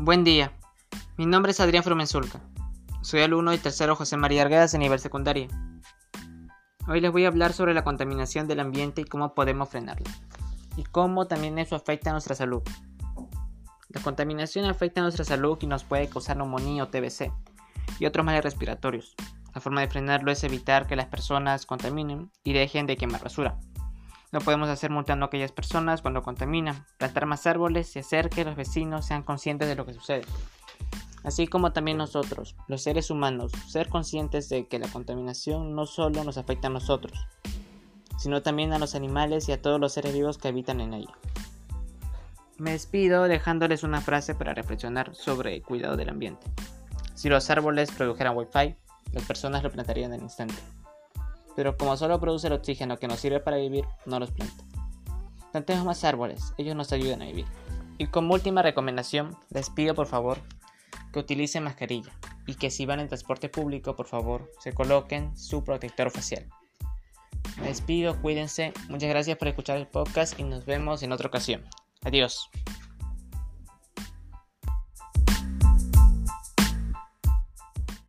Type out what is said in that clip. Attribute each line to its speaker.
Speaker 1: Buen día, mi nombre es Adrián Frumenzulca. Soy alumno del tercero José María Arguedas de nivel secundaria. Hoy les voy a hablar sobre la contaminación del ambiente y cómo podemos frenarla, y cómo también eso afecta a nuestra salud. La contaminación afecta a nuestra salud y nos puede causar neumonía o TBC y otros males respiratorios. La forma de frenarlo es evitar que las personas contaminen y dejen de quemar basura. Lo podemos hacer multando a aquellas personas cuando contaminan, plantar más árboles y hacer que los vecinos sean conscientes de lo que sucede. Así como también nosotros, los seres humanos, ser conscientes de que la contaminación no solo nos afecta a nosotros, sino también a los animales y a todos los seres vivos que habitan en ella. Me despido dejándoles una frase para reflexionar sobre el cuidado del ambiente. Si los árboles produjeran Wi-Fi, las personas lo plantarían en el instante. Pero como solo produce el oxígeno que nos sirve para vivir, no los planta. Plantemos más árboles, ellos nos ayudan a vivir. Y como última recomendación, les pido por favor que utilicen mascarilla y que si van en transporte público, por favor, se coloquen su protector facial. Me despido, cuídense, muchas gracias por escuchar el podcast y nos vemos en otra ocasión. Adiós.